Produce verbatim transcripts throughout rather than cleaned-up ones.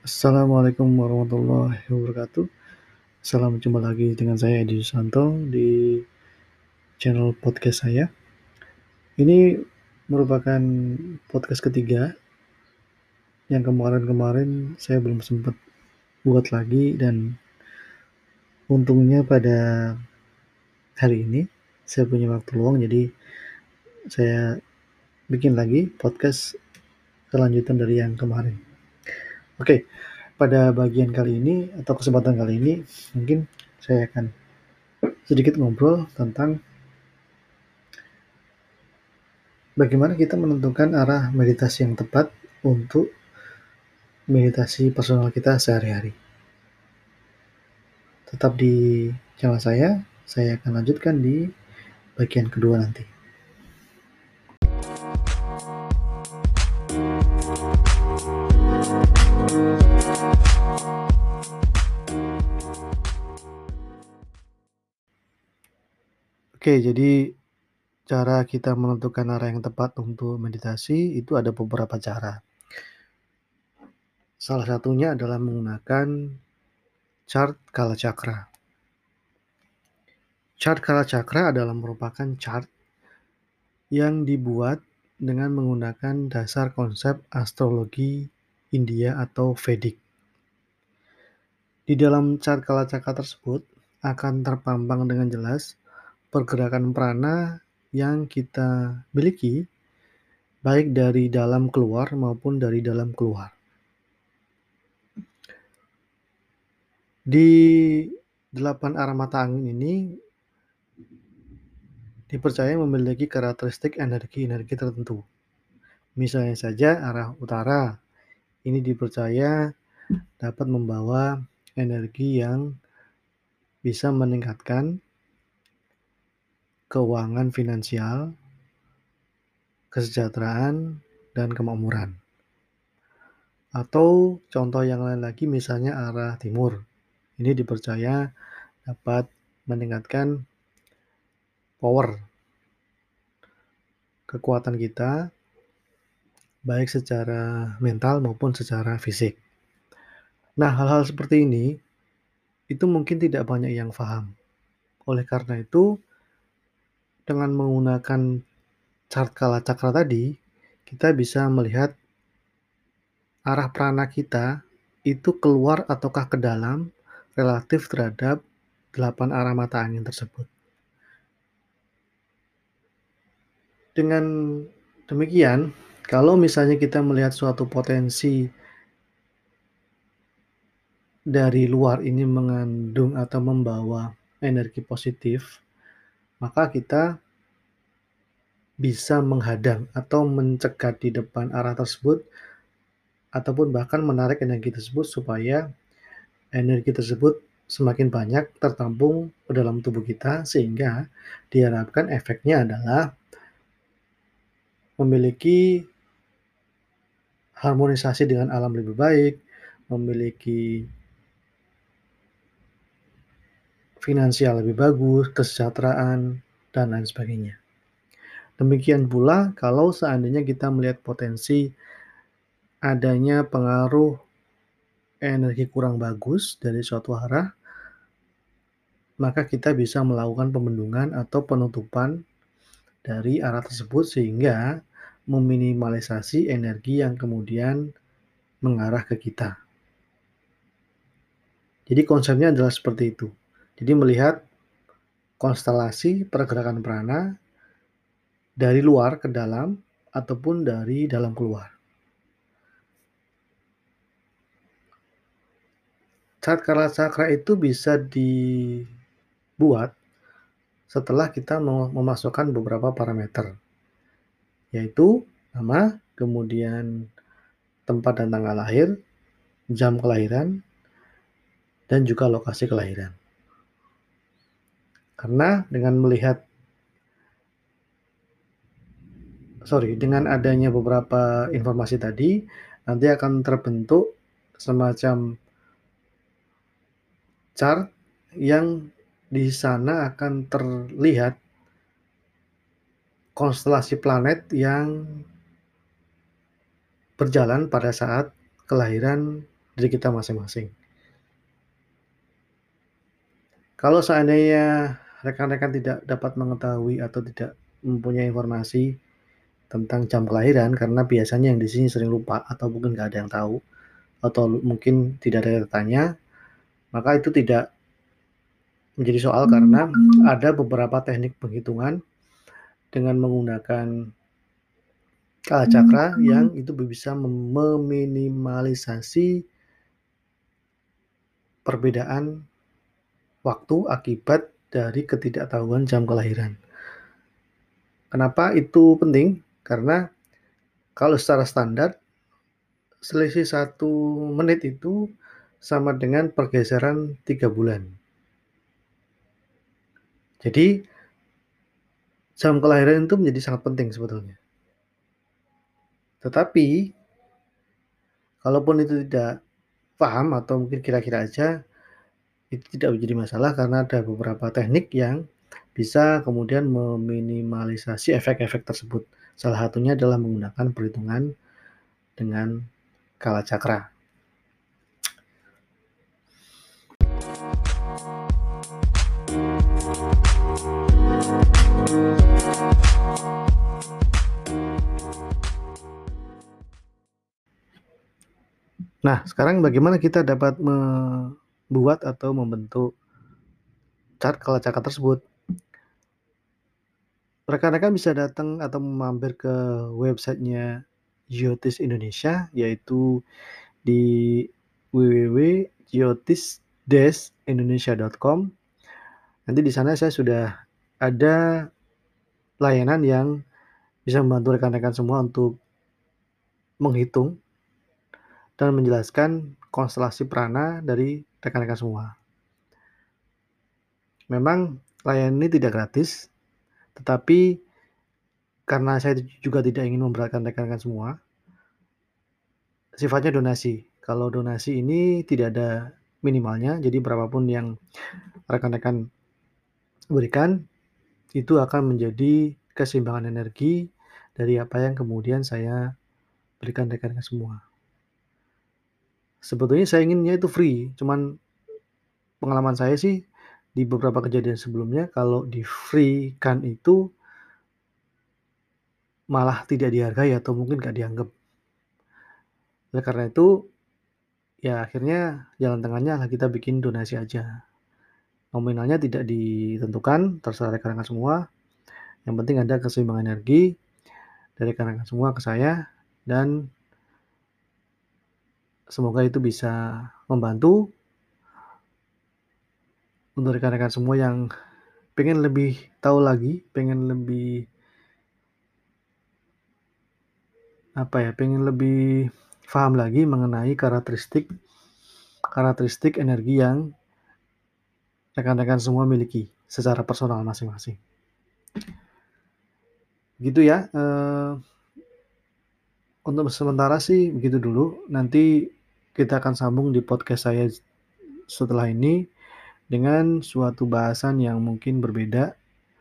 Assalamualaikum warahmatullahi wabarakatuh. Salam jumpa lagi dengan saya Edi Susanto di channel podcast saya. Ini merupakan podcast ketiga yang kemarin-kemarin saya belum sempat buat lagi, dan untungnya pada hari ini saya punya waktu luang, jadi saya bikin lagi podcast kelanjutan dari yang kemarin. Oke, pada bagian kali ini atau kesempatan kali ini mungkin saya akan sedikit ngobrol tentang bagaimana kita menentukan arah meditasi yang tepat untuk meditasi personal kita sehari-hari. Tetap di channel saya, saya akan lanjutkan di bagian kedua nanti. Oke, jadi cara kita menentukan arah yang tepat untuk meditasi itu ada beberapa cara. Salah satunya adalah menggunakan chart Kala Chakra. Chart Kala Chakra adalah merupakan chart yang dibuat dengan menggunakan dasar konsep astrologi India atau Vedic. Di dalam chart Kala Chakra tersebut akan terpampang dengan jelas pergerakan prana yang kita miliki, baik dari dalam keluar maupun dari dalam keluar. Di delapan arah mata angin ini dipercaya memiliki karakteristik energi-energi tertentu. Misalnya saja arah utara ini dipercaya dapat membawa energi yang bisa meningkatkan keuangan finansial, kesejahteraan, dan kemakmuran. Atau contoh yang lain lagi, misalnya arah timur. Ini dipercaya dapat meningkatkan power, kekuatan kita, baik secara mental maupun secara fisik. Nah, hal-hal seperti ini itu mungkin tidak banyak yang paham. Oleh karena itu, dengan menggunakan chart Kala Chakra tadi, kita bisa melihat arah prana kita itu keluar ataukah ke dalam relatif terhadap delapan arah mata angin tersebut. Dengan demikian, kalau misalnya kita melihat suatu potensi dari luar ini mengandung atau membawa energi positif, maka kita bisa menghadang atau mencegat di depan arah tersebut, ataupun bahkan menarik energi tersebut supaya energi tersebut semakin banyak tertampung ke dalam tubuh kita, sehingga diharapkan efeknya adalah memiliki harmonisasi dengan alam lebih baik, memiliki finansial lebih bagus, kesejahteraan, dan lain sebagainya. Demikian pula kalau seandainya kita melihat potensi adanya pengaruh energi kurang bagus dari suatu arah, maka kita bisa melakukan pembendungan atau penutupan dari arah tersebut sehingga meminimalisasi energi yang kemudian mengarah ke kita. Jadi konsepnya adalah seperti itu. Jadi melihat konstelasi pergerakan prana dari luar ke dalam ataupun dari dalam keluar. Chart Kala Chakra itu bisa dibuat setelah kita memasukkan beberapa parameter, yaitu nama, kemudian tempat dan tanggal lahir, jam kelahiran, dan juga lokasi kelahiran. Karena dengan melihat sorry, dengan adanya beberapa informasi tadi, nanti akan terbentuk semacam chart yang di sana akan terlihat konstelasi planet yang berjalan pada saat kelahiran diri kita masing-masing. Kalau seandainya rekan-rekan tidak dapat mengetahui atau tidak mempunyai informasi tentang jam kelahiran, karena biasanya yang di sini sering lupa atau mungkin nggak ada yang tahu, atau mungkin tidak ada yang tanya, maka itu tidak menjadi soal karena ada beberapa teknik penghitungan dengan menggunakan kala cakra yang itu bisa meminimalisasi perbedaan waktu akibat dari ketidaktahuan jam kelahiran. Kenapa itu penting? Karena kalau secara standar selisih satu menit itu sama dengan pergeseran tiga bulan. Jadi jam kelahiran itu menjadi sangat penting sebetulnya. Tetapi kalaupun itu tidak paham atau mungkin kira-kira aja, itu tidak menjadi masalah karena ada beberapa teknik yang bisa kemudian meminimalisasi efek-efek tersebut. Salah satunya adalah menggunakan perhitungan dengan kala cakra. Nah, sekarang bagaimana kita dapat membuat atau membentuk chart kala cakra tersebut? Rekan-rekan bisa datang atau mampir ke websitenya Geotis Indonesia, yaitu di w w w titik geotis dash indonesia dot com. Nanti di sana saya sudah ada layanan yang bisa membantu rekan-rekan semua untuk menghitung dan menjelaskan konstelasi prana dari rekan-rekan semua. Memang layanan ini tidak gratis, tetapi karena saya juga tidak ingin memberatkan rekan-rekan semua, sifatnya donasi. Kalau donasi ini tidak ada minimalnya, jadi berapapun yang rekan-rekan berikan, itu akan menjadi keseimbangan energi dari apa yang kemudian saya berikan rekan-rekan semua. Sebetulnya saya inginnya itu free, cuman pengalaman saya sih di beberapa kejadian sebelumnya kalau di free kan itu malah tidak dihargai atau mungkin nggak dianggap. Oleh karena itu, ya akhirnya jalan tengahnya lah kita bikin donasi aja. Nominalnya tidak ditentukan, terserah rekan-rekan semua. Yang penting ada keseimbangan energi dari rekan-rekan semua ke saya, dan semoga itu bisa membantu untuk rekan-rekan semua yang pengen lebih tahu lagi, pengen lebih apa ya, pengen lebih paham lagi mengenai karakteristik karakteristik energi yang rekan-rekan semua miliki secara personal masing-masing. Gitu ya. Eh, untuk sementara sih begitu dulu. Nanti kita akan sambung di podcast saya setelah ini dengan suatu bahasan yang mungkin berbeda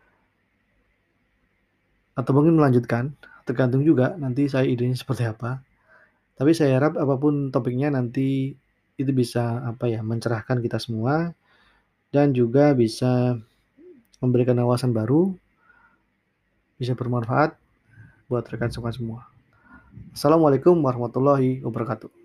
atau mungkin melanjutkan, tergantung juga nanti saya idenya seperti apa. Tapi saya harap apapun topiknya nanti itu bisa apa ya, mencerahkan kita semua dan juga bisa memberikan wawasan baru, bisa bermanfaat buat rekan semua semua. Assalamualaikum warahmatullahi wabarakatuh.